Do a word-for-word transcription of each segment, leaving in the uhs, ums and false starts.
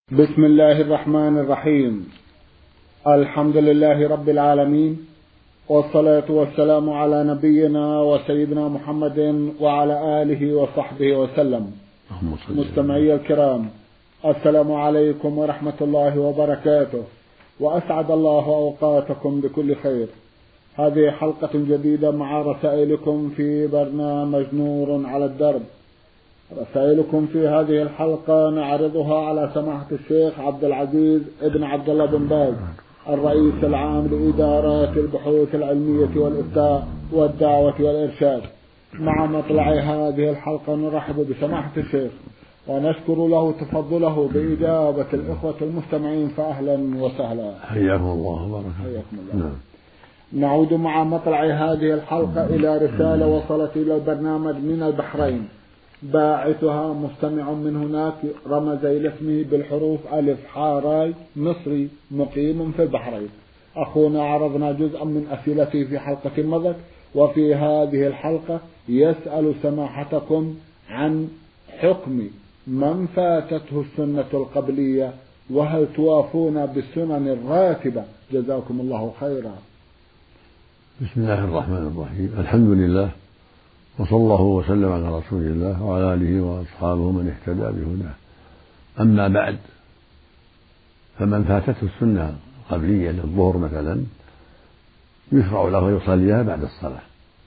بسم الله الرحمن الرحيم. الحمد لله رب العالمين، والصلاة والسلام على نبينا وسيدنا محمد وعلى آله وصحبه وسلم. مستمعي الكرام، السلام عليكم ورحمة الله وبركاته، وأسعد الله أوقاتكم بكل خير. هذه حلقة جديدة مع رسائلكم في برنامج نور على الدرب. رسائلكم في هذه الحلقة نعرضها على سماحة الشيخ عبد العزيز ابن عبد الله بن باز، الرئيس العام لإدارات البحوث العلمية والإفتاء والدعوة والإرشاد. مع مطلع هذه الحلقة نرحب بسماحة الشيخ ونشكر له تفضله بإجابة الإخوة المستمعين، فأهلا وسهلا. حياكم الله وبارك حياكم الله. نعم. نعود مع مطلع هذه الحلقة إلى رسالة وصلت إلى البرنامج من البحرين. باعثها مستمع من هناك رمز إلى اسمه بالحروف ألف حاراي مصري مقيم في البحرين. أخونا عرضنا جزءا من أسئلته في حلقة مضت، وفي هذه الحلقة يسأل سماحتكم عن حكم من فاتته السنة القبلية، وهل توافون بالسنن الراتبة؟ جزاكم الله خيرا. بسم الله الرحمن الرحيم. الحمد لله، وصلى الله وسلم على رسول الله وعلى آله وأصحابه من اهتدى بهداه. أما بعد، فمن فاتته السنة القبلية للظهر مثلا يشرع له يصليها بعد الصلاة،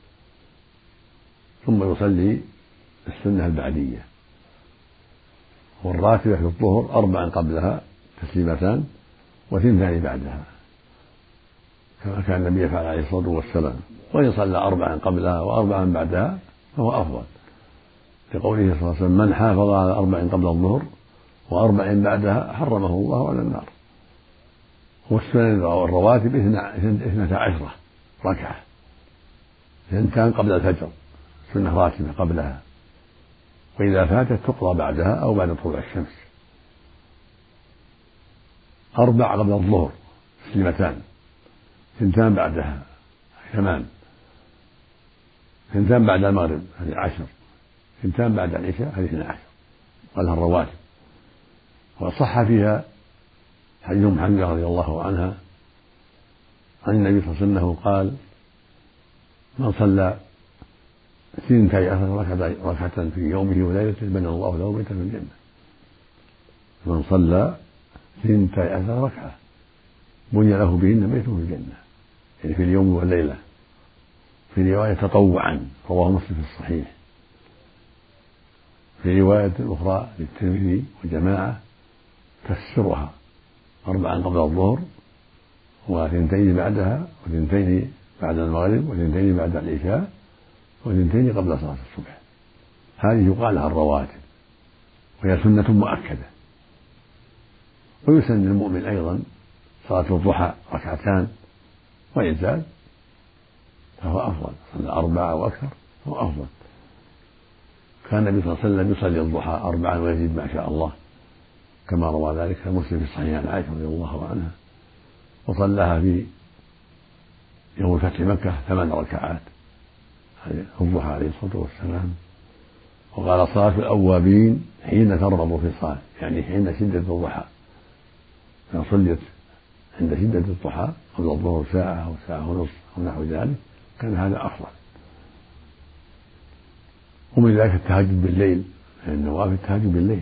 ثم يصلي السنة البعدية. والراتبة في الظهر أربعا قبلها تسليمتان وثنتان بعدها، كما كان النبي يفعل عليه الصلاة والسلام. وإن صلى أربعا قبلها وأربعا بعدها فهو أفضل، لقوله صلى الله عليه وسلم: من حافظ على أربع قبل الظهر وأربع بعدها حرمه الله على النار. والسنن والرواتب اثنتا عشرة ركعة، اثنتان قبل الفجر سنة راتبة قبلها، وإذا فاتت تقضى بعدها أو بعد طلوع الشمس. أربع قبل الظهر تسليمتان، اثنتان بعدها ثمان، اثنتان بعد المغرب هذه عشر، اثنتان بعد العشاء هذه اثنا عشر، قالها الرواتب. وصح فيها حديث أم حنبلة رضي الله عنها عن النبي صلى الله عليه وسلم قال: من صلى اثنتي عشرة ركعة في يومه وليلته بنى الله له بيتا في الجنة. من صلى اثنتي عشرة ركعة بني له بهن بيت في الجنة، يعني في اليوم والليلة. في رواية تطوعا، رواه مسلم في الصحيح. في رواية أخرى للترمذي وجماعة تفسرها: أربعا قبل الظهر وثنتين بعدها وثنتين بعد المغرب وثنتين بعد العشاء وثنتين قبل صلاة الصبح. هذه يقال لها الرواتب، وهي سنة مؤكدة. ويسن للمؤمن أيضا صلاة الضحى ركعتان، وإن زاد فهو أفضل، صلى أربعة وأكثر فهو أفضل. كان النبي صلى الله عليه وسلم يصلي الضحى أربعا ويزيد ما شاء الله، كما روى ذلك مسلم في الصحيح عن عائشة رضي الله عنها. وصلىها في يوم فتح مكة ثمان ركعات الضحى عليه الصلاة والسلام. وقال: صلاة الأوابين حين ترغب في الصلاة، يعني حين شدة الضحى. إذا صليت عند شدة الضحى قبل الظهر ساعة أو ساعة ونصف أو نحو ذلك كان هذا أفضل. ومن ذلك التهجد بالليل، لأن النوافل التهجد بالليل.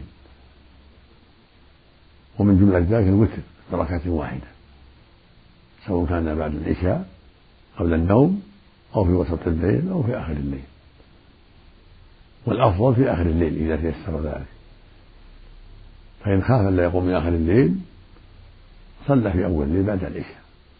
ومن جملة ذلك الوتر بركعة واحدة، سواء كان بعد العشاء قبل النوم أو في وسط الليل أو في آخر الليل. والأفضل في آخر الليل إذا تيسر ذلك. فإن خاف أن لا يقوم من آخر الليل صلى في أول الليل بعد العشاء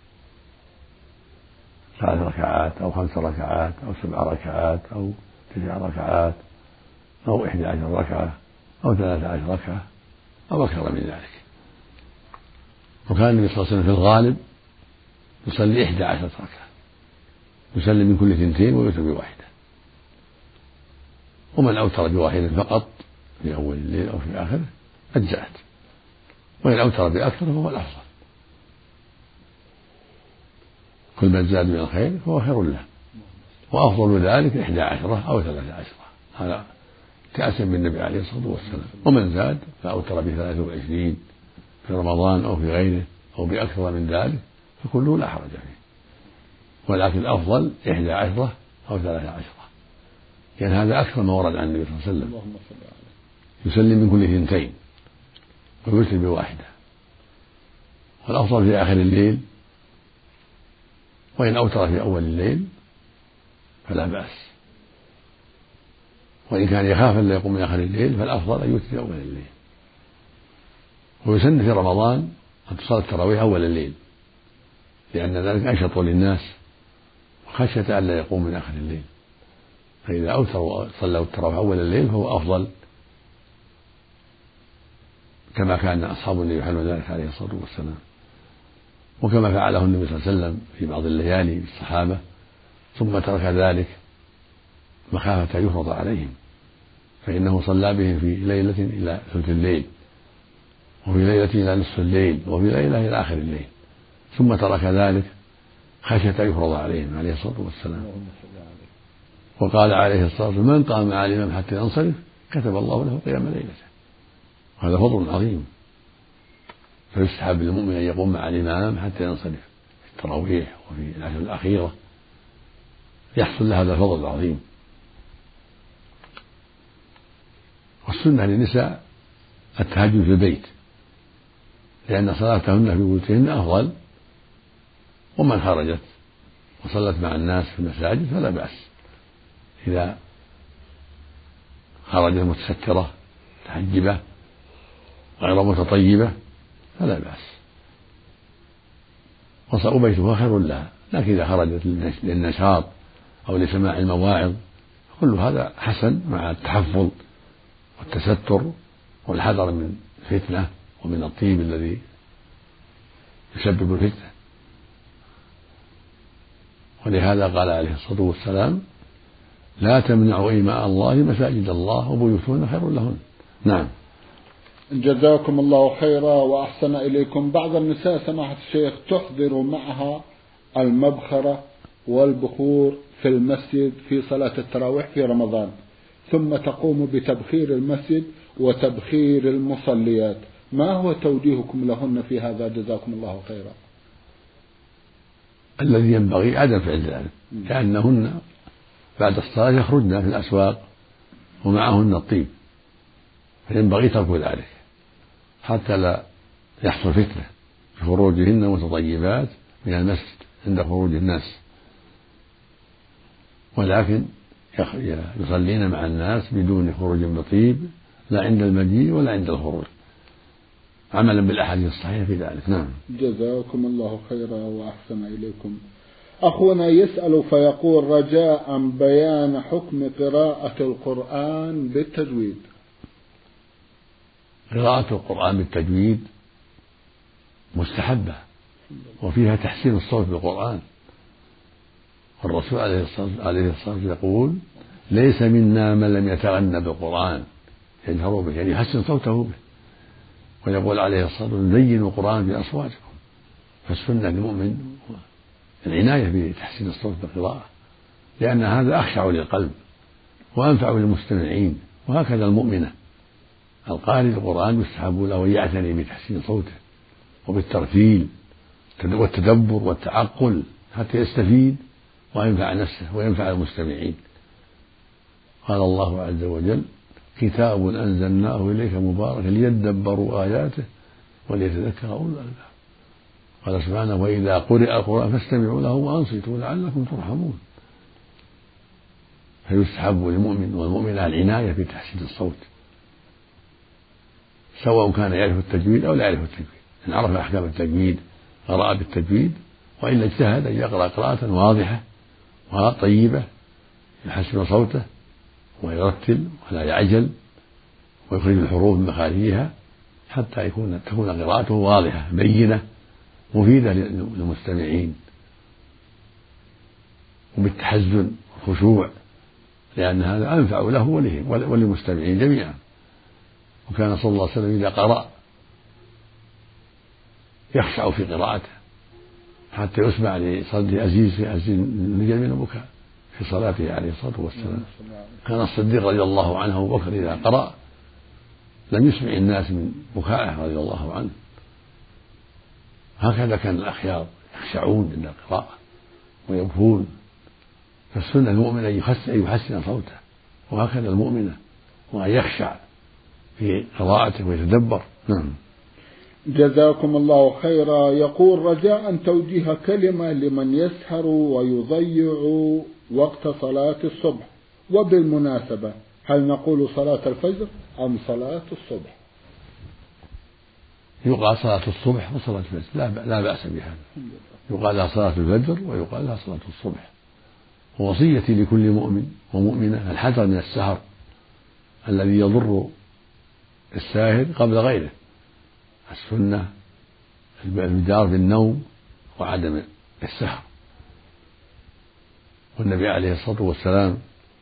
ثلاث ركعات أو خمس ركعات أو سبع ركعات أو تسع ركعات أو إحدى عشر ركعة أو ثلاثة عشر ركعة أو أكثر من ذلك. وكان النبي صلى الله عليه وسلم في الغالب يصلي إحدى عشر ركعة، يسلم من كل ثنتين ويوتر بواحدة. ومن أوتر بواحدة فقط في أول الليل أو في آخره أجزأت، وإن أوتر بأكثر فهو الأفضل. كل من زاد من الخير فهو خير له، وأفضل ذلك إحدى عشرة أو ثلاثة عشرة، هذا تأسم بالنبي عليه الصلاة والسلام. ومن زاد فأوتر بثلاث وعشرين في رمضان أو في غيره أو بأكثر من ذلك فكله لا حرج فيه، ولكن الأفضل إحدى عشرة أو ثلاثة عشرة، لأن يعني هذا أكثر ما ورد عن النبي صلى الله عليه وسلم. يسلم من كل اثنتين ويوتر بواحدة، والأفضل في آخر الليل، وإن أوتر في أول الليل فلا بأس، وإن كان يخاف أن لا يقوم من آخر الليل فالأفضل أن يوتر في أول الليل. ويسن في رمضان أن تصلي التراويح أول الليل، لأن ذلك أنشط للناس خشية أن لا يقوم من آخر الليل، فإذا أوتر وصلوا التراويح أول الليل فهو أفضل، كما كان أصحاب النبي يفعلون ذلك عليه الصلاة والسلام، وكما فعله النبي صلى الله عليه وسلم في بعض الليالي بالصحابة ثم ترك ذلك مخافة يفرض عليهم، فإنه صلى بهم في ليلة إلى ثلث الليل، وفي ليلة إلى نصف الليل، وفي ليلة إلى آخر الليل، ثم ترك ذلك خشية يفرض عليهم عليه الصلاة والسلام. وقال عليه الصلاة والسلام: من قام مع الإمام حتى ينصرف كتب الله له قيام ليلته. هذا فضل عظيم، فيستحب للمؤمن أن يقوم مع الإمام حتى ينصرف في التراويح وفي العشر الأخيرة، يحصل له هذا الفضل العظيم. والسنة للنساء التهجد في البيت، لأن صلاتهن في بيوتهن أفضل، ومن خرجت وصلت مع الناس في المساجد فلا بأس، إذا خرجت متسترة متحجبة غير متطيبة فلا بأس، وبيتها خير لها. لكن إذا خرجت للنشاط أو لسماع المواعظ كل هذا حسن، مع التحفظ والتستر والحذر من الفتنة ومن الطيب الذي يسبب الفتنة. ولهذا قال عليه الصلاة والسلام: لا تمنعوا إيماء الله مساجد الله وبيوتهن خير لهن. نعم. جزاكم الله خيرا وأحسن إليكم. بعض النساء سماحة الشيخ تحضر معها المبخرة والبخور في المسجد في صلاة التراويح في رمضان، ثم تقوم بتبخير المسجد وتبخير المصليات، ما هو توجيهكم لهن في هذا جزاكم الله خيرا؟ الذي ينبغي عدم فعل ذلك، لأنهن بعد الصلاة يخرجن في الأسواق ومعهن الطيب، فينبغي ترك ذلك حتى لا يحصل فتنة في خروجهن متطيبات من المسجد عند خروج الناس، ولكن يصلين مع الناس بدون خروج بطيب، لا عند المجيء ولا عند الخروج، عملا بالأحاديث الصحيحة في ذلك. نعم. جزاكم الله خيرا وأحسن إليكم. أخونا يسأل فيقول: رجاء بيان حكم قراءة القرآن بالتجويد. قراءة القرآن بالتجويد مستحبة، وفيها تحسين الصوت بالقرآن، والرسول عليه الصلاة والسلام يقول: ليس منا من لم يتغنى بالقرآن يجهر به، يعني يحسن صوته به. ويقول عليه الصلاة والسلام: زينوا القرآن بأصواتكم. فالسنة للمؤمن العناية بتحسين الصوت بالقراءة، لأن هذا أخشع للقلب وأنفع للمستمعين. وهكذا المؤمنة القارئ للقرآن يستحب له أن يعتني بتحسين صوته وبالترتيل والتدبر والتعقل حتى يستفيد وينفع نفسه وينفع المستمعين. قال الله عز وجل: كتاب أنزلناه إليك مبارك ليدبروا آياته وليتذكر أولو الألباب. قال سبحانه: وإذا قرئ القرآن فاستمعوا له وأنصتوا لعلكم ترحمون. فيستحب للمؤمن والمؤمنة العناية بتحسين الصوت، سواء كان يعرف التجويد أو لا يعرف التجويد. إن عرف أحكام التجويد قرأ بالتجويد، وإلا اجتهد أن يقرأ قراءة واضحة وطيبة يحسن صوته ويرتل ولا يعجل ويخرج الحروف من مخارجها حتى يكون تكون قراءته واضحة بينة مفيدة للمستمعين، وبالتحزن والخشوع، لأن هذا أنفع له وللمستمعين جميعا. وكان صلى الله عليه وسلم إذا قرأ يخشع في قراءته حتى يسمع لصدره أزيز أزيز نجل من البكاء في صلاته عليه الصلاة والسلام. كان الصديق رضي الله عنه أبو بكر إذا قرأ لم يسمع الناس من بكائه رضي الله عنه، هكذا كان الأخيار يخشعون عند القراءة ويبكون. فالسنة المؤمن أن يحسن صوته، وهكذا المؤمنة، وأن يخشع في قراءته ويتدبر. نعم. جزاكم الله خيرا. يقول رجاء توجيه كلمة لمن يسهر ويضيع وقت صلاة الصبح، وبالمناسبة هل نقول صلاة الفجر أم صلاة الصبح؟ يقال صلاة الصبح وصلاة الفجر، لا, لا بأس بهذا. يقال لها صلاة الفجر ويقال لها صلاة الصبح. ووصيتي لكل مؤمن ومؤمنة الحذر من السهر الذي يضر الساهر قبل غيره. السنة البدار بالنوم وعدم السهر. والنبي عليه الصلاة والسلام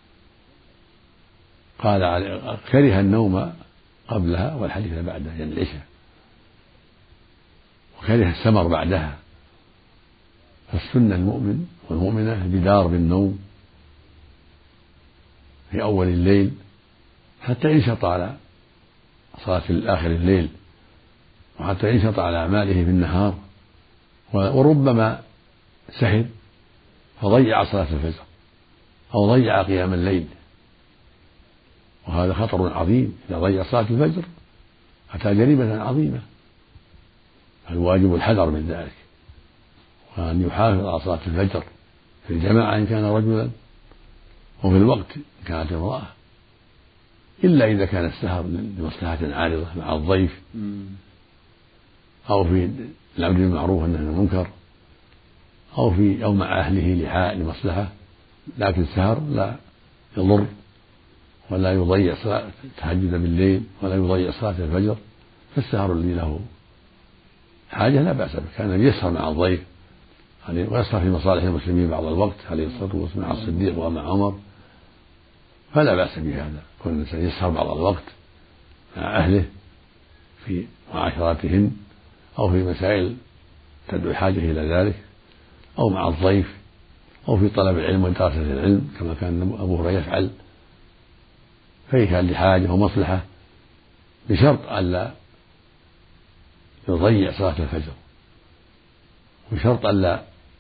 قال كره النوم قبلها والحديث بعدها، يعني العشاء، وكره السمر بعدها. فالسنة المؤمن والمؤمنة البدار بالنوم في أول الليل حتى ينشط على صلاة آخر الليل، وحتى ينشط على أعماله في النهار. وربما سهر فضيع صلاة الفجر أو ضيع قيام الليل، وهذا خطر عظيم. إذا ضيع صلاة الفجر أتى جريمة عظيمة. فالواجب الحذر من ذلك، وأن يحافظ على صلاة الفجر في الجماعة إن كان رجلا، وفي الوقت إن كانت امرأة، إلا إذا كان السهر لمصلحة عارضة مع الضيف أو في الأمر بالمعروف والنهي عن المنكر أو في أو مع أهله لمصلحة. لكن السهر لا يضر ولا يضيع صلاة التهجد بالليل ولا يضيع صلاة الفجر. فالسهر الذي له حاجة لا بأس به. كان يسهر مع الضيف ويسهر في مصالح المسلمين بعض الوقت عليه الصلاة والسلام مع الصديق ومع عمر، فلا بأس بهذا. كل إنسان يسهر بعض الوقت مع أهله في معاشراتهم أو في مسائل تدعو الحاجة إلى ذلك، أو مع الضيف، أو في طلب العلم ودراسة العلم كما كان أبو هريرة يفعل، فإن كان لحاجة ومصلحة، بشرط ألا يضيع صلاة الفجر، وشرط ألا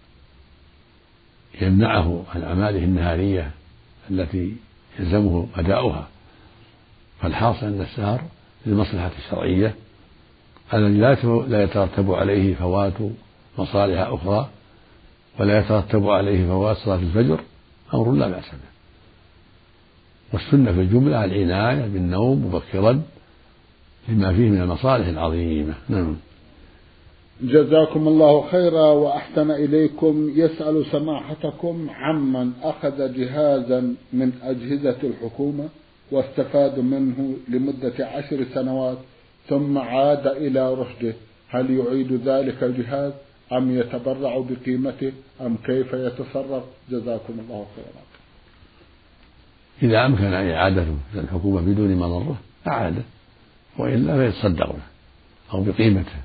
يمنعه عن أعماله النهارية التي يلزمه أداؤها. فالحاصل أن السهر للمصلحة الشرعية التي لا يترتب عليه فوات مصالح أخرى ولا يترتب عليه فوات صلاة الفجر أمر لا بأس به. والسنة في الجملة العناية بالنوم مبكرا لما فيه من المصالح العظيمة. نعم. جزاكم الله خيرا وأحسن إليكم. يسأل سماحتكم عمن أخذ جهازا من أجهزة الحكومة واستفاد منه لمدة عشر سنوات ثم عاد إلى رشده، هل يعيد ذلك الجهاز أم يتبرع بقيمته أم كيف يتصرف؟ جزاكم الله خيرا. إذا أمكن إعادته إلى الحكومة بدون مضرة أعاده، وإلا فيتصدق به أو بقيمته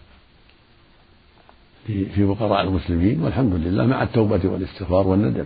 في فقراء المسلمين، والحمد لله مع التوبة والاستغفار والندم.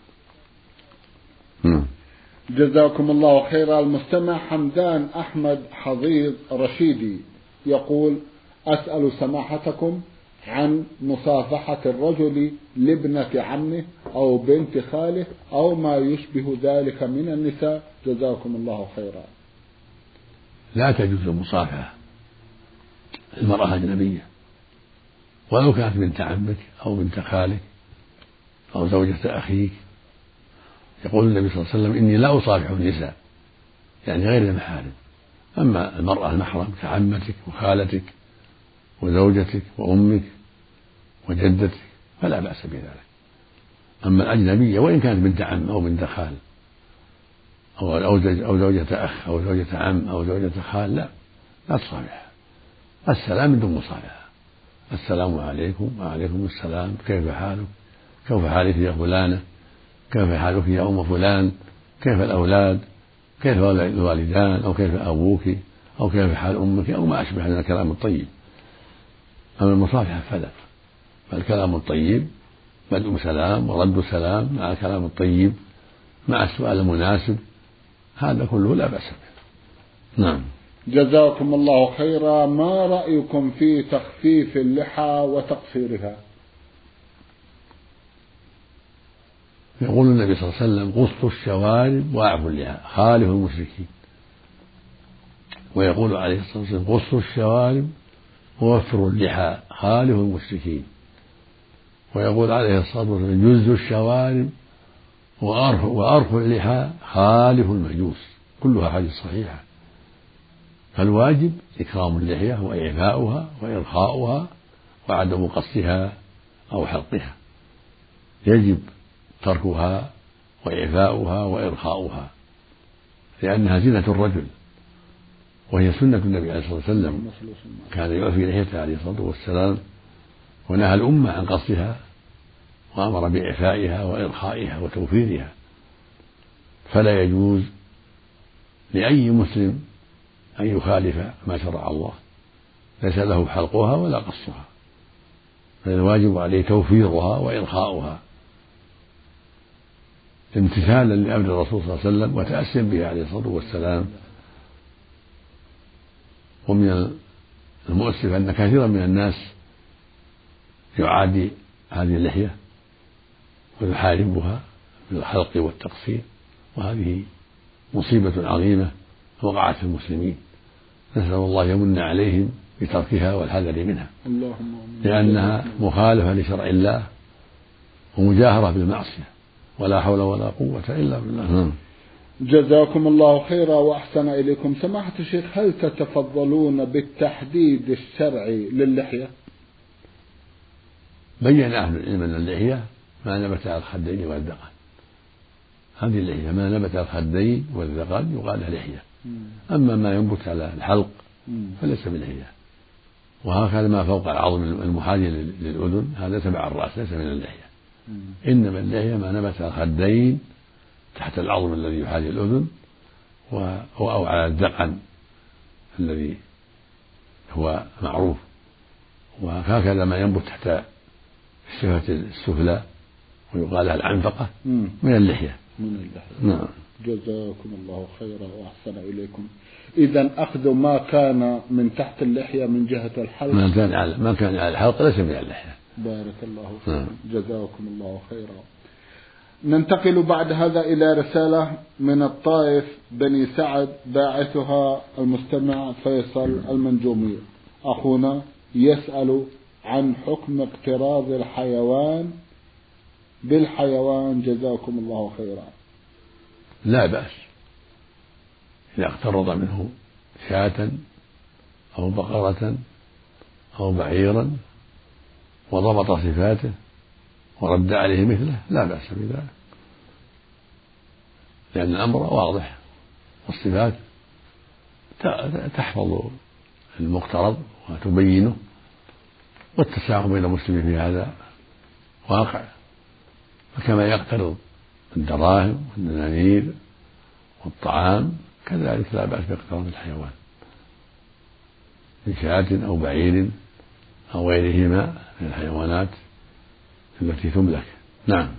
جزاكم الله خيرا. المستمع حمدان أحمد حضيض رشيدي يقول: أسأل سماحتكم عن مصافحة الرجل لابنة عمه أو بنت خاله أو ما يشبه ذلك من النساء، جزاكم الله خيرا. لا تجوز المصافحة المرأة أجنبية ولو كانت بنت عمك أو بنت خالك أو زوجة أخيك. يقول النبي صلى الله عليه وسلم: إني لا أصافح النساء، يعني غير المحارم. أما المرأة المحرم كعمتك وخالتك وزوجتك وأمك وجدتك فلا بأس بذلك. أما الأجنبية وإن كانت بنت عم أو بنت خال أو أو زوجة أخ أو زوجة عم أو زوجة خال، لا لا تصافحها. السلام بدون مصافحة. السلام عليكم. وعليكم السلام، كيف حالك؟ كيف حالك يا فلانة؟ كيف حالك يا أم فلان؟ كيف الأولاد؟ كيف الوالدان؟ أو كيف أبوك؟ أو كيف حال أمك؟ أو ما أشبه من الكلام الطيب. أما المصافحة فلا، فالكلام الطيب بدء سلام ورد سلام مع الكلام الطيب مع السؤال المناسب، هذا كله لا بأس به. نعم. جزاكم الله خيرا. ما رأيكم في تخفيف اللحى وتقصيرها؟ يقول النبي صلى الله عليه وسلم قصوا الشوارب وأعفوا اللحى خالفوا المشركين، ويقول عليه الصلاة والسلام قصوا الشوارب ووفروا اللحى خالفوا المشركين، ويقول عليه الصلاة والسلام جزوا الشوارب وأرخوا اللحى خالفوا المجوس. كلها حديث صحيحة. فالواجب إكرام اللحية وإعفاؤها وإرخاؤها وعدم قصها أو حلقها، يجب تركها وإعفاؤها وإرخاؤها لأنها زينة الرجل، وهي سنة النبي عليه الصلاة والسلام، كان يعفي لحيته عليه الصلاة والسلام، ونهى الأمة عن قصها وأمر بإعفائها وإرخائها وتوفيرها. فلا يجوز لأي مسلم أن يخالف ما شرع الله، ليس له حلقها ولا قصها، فالواجب عليه توفيرها وإرخاؤها امتثالا لأمر الرسول صلى الله عليه وسلم وتأسيا به عليه الصلاة والسلام. ومن المؤسف أن كثيرا من الناس يعادي هذه اللحية ويحاربها بالحلق والتقصير، وهذه مصيبة عظيمة وقعت في المسلمين، نسأل الله يمن عليهم بتركها والحذر منها، لأنها مخالفة لشرع الله ومجاهرة بالمعصية، ولا حول ولا قوة إلا بالله. جزاكم الله خيرا وأحسن إليكم. سماحة الشيخ، هل تتفضلون بالتحديد الشرعي للحية؟ بين أهل العلم أن اللحية ما نبت على الخدين والذقن، هذه اللحية ما نبت على الخدين والذقن يقال لها لحية، أما ما ينبت على الحلق فليس بلحية. وهكذا ما فوق العظم المحاذي للأذن هذا تبع الرأس ليس من اللحية، إنما اللحية ما نبت على الخدين تحت العظم الذي يحاذي الأذن أو على الذقن الذي هو معروف، وهكذا ما ينبت تحت الشفة السفلى ويقال لها العنفقة من اللحية. من اللحية. نعم. جزاكم الله خيرا وأحسن إليكم. إذا أخذ ما كان من تحت اللحية من جهة الحلق ما كان على ما كان على الحلق ليس من اللحية. بارك الله فيكم. جزاكم الله خيرا. ننتقل بعد هذا إلى رسالة من الطائف بني سعد، باعثها المستمع فيصل المنجومي. أخونا يسأل عن حكم اقتراض الحيوان بالحيوان، جزاكم الله خيرا. لا بأس إذا اقترض منه شاة أو بقرة أو بعيرا وضبط صفاته ورد عليه مثله لا بأس بذلك، لأن الأمر واضح والصفات تحفظ المقترض وتبينه، والتساهل بين المسلمين في هذا واقع، فكما يقترض الدراهم والدنانير والطعام كذلك لا بأس باقتراض الحيوان من شاة أو بعير أو غيرهما من الحيوانات التي تملك. نعم.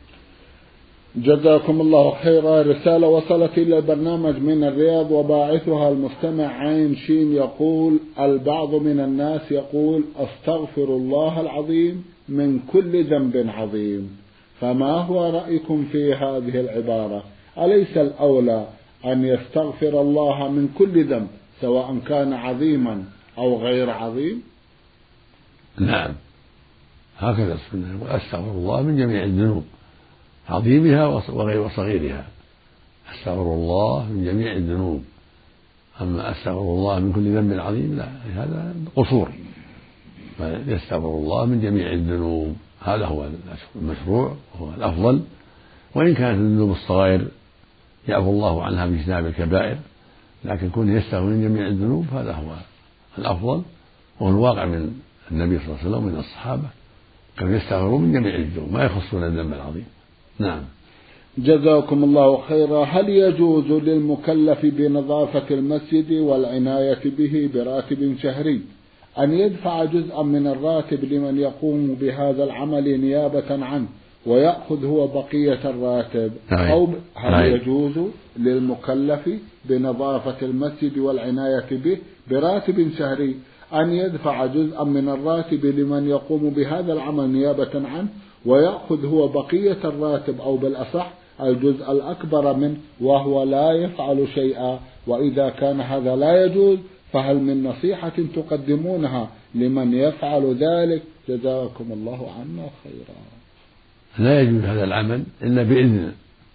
جزاكم الله خيرا. رسالة وصلت إلى البرنامج من الرياض وباعثها المستمع عين شين يقول: البعض من الناس يقول أستغفر الله العظيم من كل ذنب عظيم، فما هو رأيكم في هذه العبارة؟ أليس الأولى أن يستغفر الله من كل ذنب سواء كان عظيما أو غير عظيم؟ نعم، هكذا السنة، أستغفر الله من جميع الذنوب عظيمها وغير صغيرها، أستغفر الله من جميع الذنوب. أما أستغفر الله من كل ذنب عظيم لا، هذا قصور، يستغفر الله من جميع الذنوب، هذا هو المشروع وهو الأفضل. وإن كانت الذنوب الصغائر يعفو الله عنها باجتناب الكبائر، لكن كونه يستغفر من جميع الذنوب هذا هو الأفضل، وهو الواقع من النبي صلى الله عليه وسلم ومن الصحابة، كانوا يستغفرون من جميع الذنوب ما يخصون الذنب العظيم. نعم. جزاكم الله خيرا. هل يجوز للمكلف بنظافة المسجد والعناية به براتب شهري أن يدفع جزءا من الراتب لمن يقوم بهذا العمل نيابة عنه ويأخذ هو بقية الراتب، أي. أو هل أي. يجوز للمكلف بنظافة المسجد والعناية به براتب شهري أن يدفع جزءا من الراتب لمن يقوم بهذا العمل نيابة عنه ويأخذ هو بقية الراتب، أو بالأصح الجزء الأكبر منه وهو لا يفعل شيئا؟ وإذا كان هذا لا يجوز فهل من نصيحة تقدمونها لمن يفعل ذلك؟ جزاكم الله عنا خيرا. لا يجوز هذا العمل إلا بإذن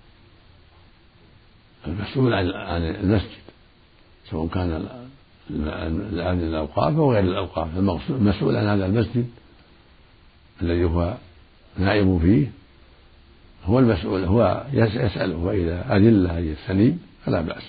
المسؤول عن المسجد، سواء كان العامل الأوقاف أو غير الأوقاف. المسؤول عن هذا المسجد الذي هو نائب فيه هو المسؤول، هو يسأله، وإذا أذن له يستنيب فلا بأس.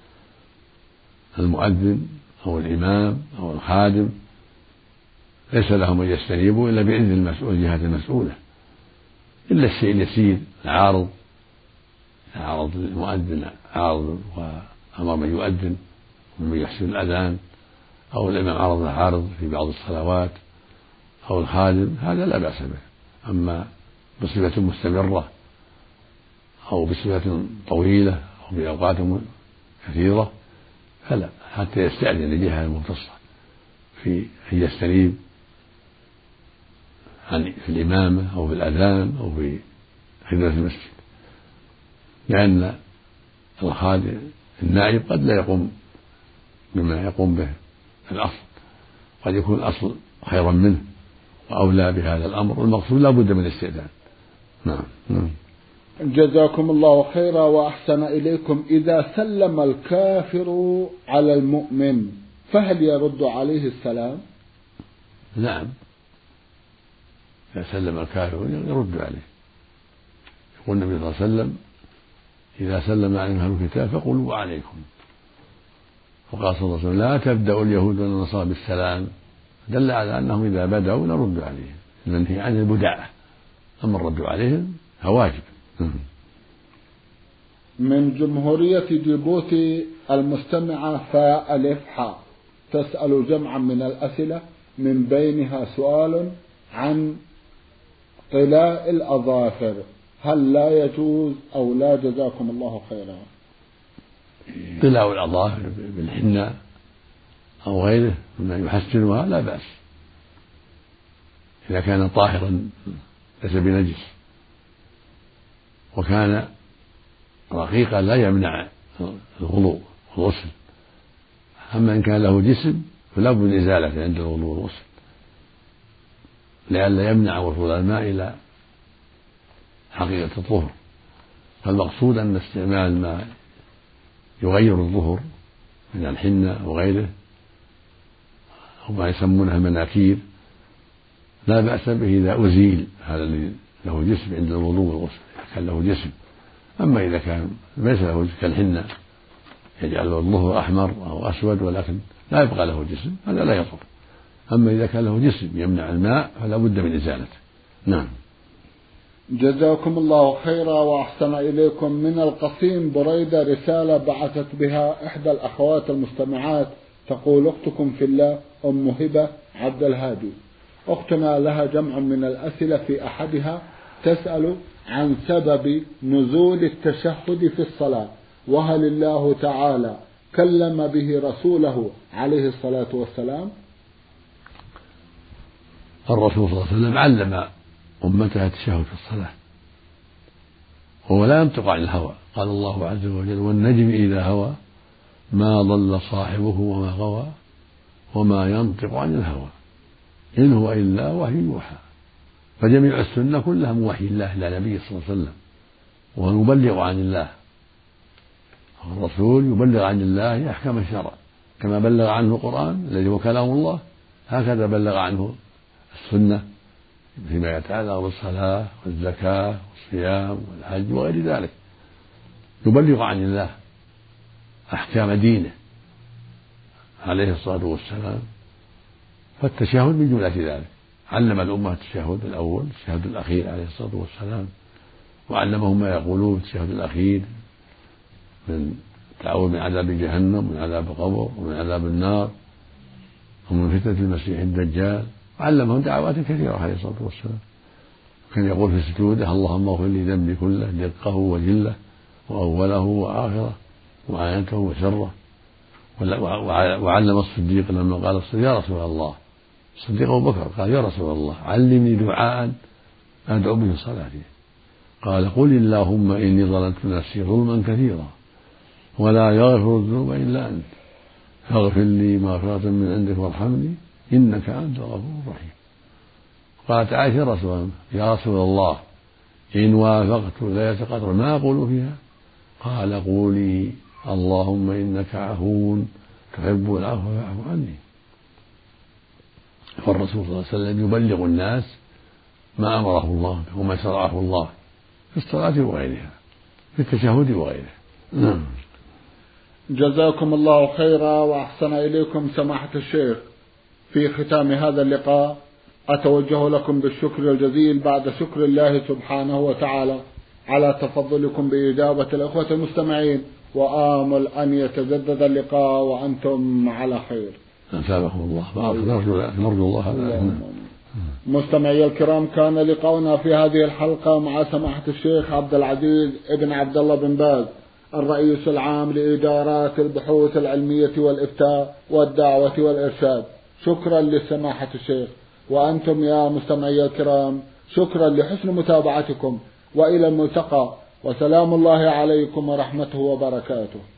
المؤذن أو الإمام أو الخادم ليس لهم أن يستنيبوا إلا بإذن المسؤول جهة المسؤولة، إلا الشيء اليسير العارض، عارض المؤذن عارض وأمر من يؤذن ومن يحسن الأذان، أو الإمام عرض عارض في بعض الصلوات، أو الخادم، هذا لا بأس به. أما بصفة مستمرة أو بصفة طويلة أو بأوقات كثيرة فلا، حتى يستأذن الجهة المختصة في أن يستنيب في الإمامة أو في الأذان أو في خدمة المسجد، لأن الخادم النائب قد لا يقوم بما يقوم به الأصل، قد يكون الأصل خيرا منه وأولى بهذا الأمر، والمقصود لا بد من الاستئذان. نعم. نعم. جزاكم الله خيرا وأحسن إليكم. إذا سلم الكافر على المؤمن فهل يرد عليه السلام؟ نعم، إذا سلم الكافر يرد عليه. يقول النبي صلى الله عليه وسلم: إذا سلم عليكم أهل الكتاب فقولوا وعليكم. وقال صلى الله عليه وسلم: لا تبدأ اليهود والنصارى بالسلام، دل على أنهم إذا بدأوا نرد عليهم، المنهي عن البداءة، أما الرد عليهم فواجب. من جمهورية جيبوتي المستمعة فاء ألف حاء تسأل جمعا من الأسئلة، من بينها سؤال عن طلاء الأظافر، هل لا يجوز أو لا؟ جزاكم الله خيرا. طلاء الأظافر بالحناء أو غيره مما يحسنها لا بأس، إذا كان طاهرا ليس بنجس وكان رقيقا لا يمنع الوضوء والغسل. أما إن كان له جسم فلا بد من إزالته عند الوضوء والغسل لئلا يمنع وصول الماء إلى حقيقة الطهر. فالمقصود أن استعمال ما يغير الظهر من الحنة وغيره أو ما يسمونها المناكير لا بأس به إذا أزيل هذا الذي له جسم عند الوضوء والغسل، إذا كان له جسم. أما إذا كان ليس له كالحنة يجعل الظهر أحمر أو أسود ولكن لا يبقى له جسم، هذا لا يضر. أما إذا كان له جسم يمنع الماء فلا بد من إزالته. نعم. جزاكم الله خيرا وأحسن إليكم. من القصيم بريدة رسالة بعثت بها إحدى الأخوات المستمعات، تقول: أختكم في الله أم هبة عبد الهادي، أختنا لها جمع من الأسئلة، في أحدها تسأل عن سبب نزول التشهد في الصلاة، وهل الله تعالى كلم به رسوله عليه الصلاة والسلام؟ الرسول صلى الله عليه وسلم علم أمتها التشهد في الصلاة، وهو لا ينطق عن الهوى. قال الله عز وجل: والنجم إذا هوى ما ضل صاحبه وما غوى وما ينطق عن الهوى إن هو إلا وحي يوحى. فجميع السنة كلها من وحي الله إلى نبيه صلى الله عليه وسلم، وهو المبلغ عن الله. الرسول يبلغ عن الله أحكام الشرع، كما بلغ عنه القرآن الذي هو كلام الله، هكذا بلغ عنه السنة فيما يتعلق بالصلاة والزكاة والصيام والحج وغير ذلك. يبلغ عن الله أحكام دينه عليه الصلاة والسلام، فالتشهد من جملة ذلك. علم الأمة التشهد الأول، التشهد الأخير عليه الصلاة والسلام، وعلمهم ما يقولون التشهد الأخير من التعوذ من عذاب جهنم ومن عذاب القبر ومن عذاب النار ومن فتنة المسيح الدجال، وعلمهم دعوات كثيرة عليه الصلاة والسلام. كان يقول في سجوده اللهم اغفر لي ذنبي كله دقه وجله وأوله وآخره وعينته وسره. وعلم الصديق لما قال الصديق يا رسول الله، الصديق أبو بكر قال يا رسول الله علمني دعاء أدعو به صلاتي. قال قل اللهم إني ظلمت نفسي ظلما كثيرا ولا يغفر الذنوب إلا أنت فاغفر لي مغفرة من عندك وارحمني إنك أنت الغفور الرحيم. قالت عائشة يا رسول الله يا رسول الله إن وافقت ليلة القدر ما أقول فيها؟ قال قولي اللهم إنك عفو تحب العفو فاعف عني. فالرسول صلى الله عليه وسلم يبلغ الناس ما أمره الله وما شرعه الله في الصلاة وغيرها في التشهد وغيره. نعم. جزاكم الله خيرا وأحسن إليكم سماحة الشيخ. في ختام هذا اللقاء أتوجه لكم بالشكر الجزيل بعد شكر الله سبحانه وتعالى على تفضلكم بإجابة الأخوة المستمعين، وآمل أن يتجدد اللقاء وأنتم على خير. أثابكم الله. نرجو الله. مستمعي الكرام، كان لقاؤنا في هذه الحلقة مع سماحة الشيخ عبد العزيز ابن عبد الله بن باز الرئيس العام لإدارات البحوث العلمية والإفتاء والدعوة والإرشاد. شكرا لسماحة الشيخ، وأنتم يا مستمعي الكرام شكرا لحسن متابعتكم، وإلى الملتقى، وسلام الله عليكم ورحمته وبركاته.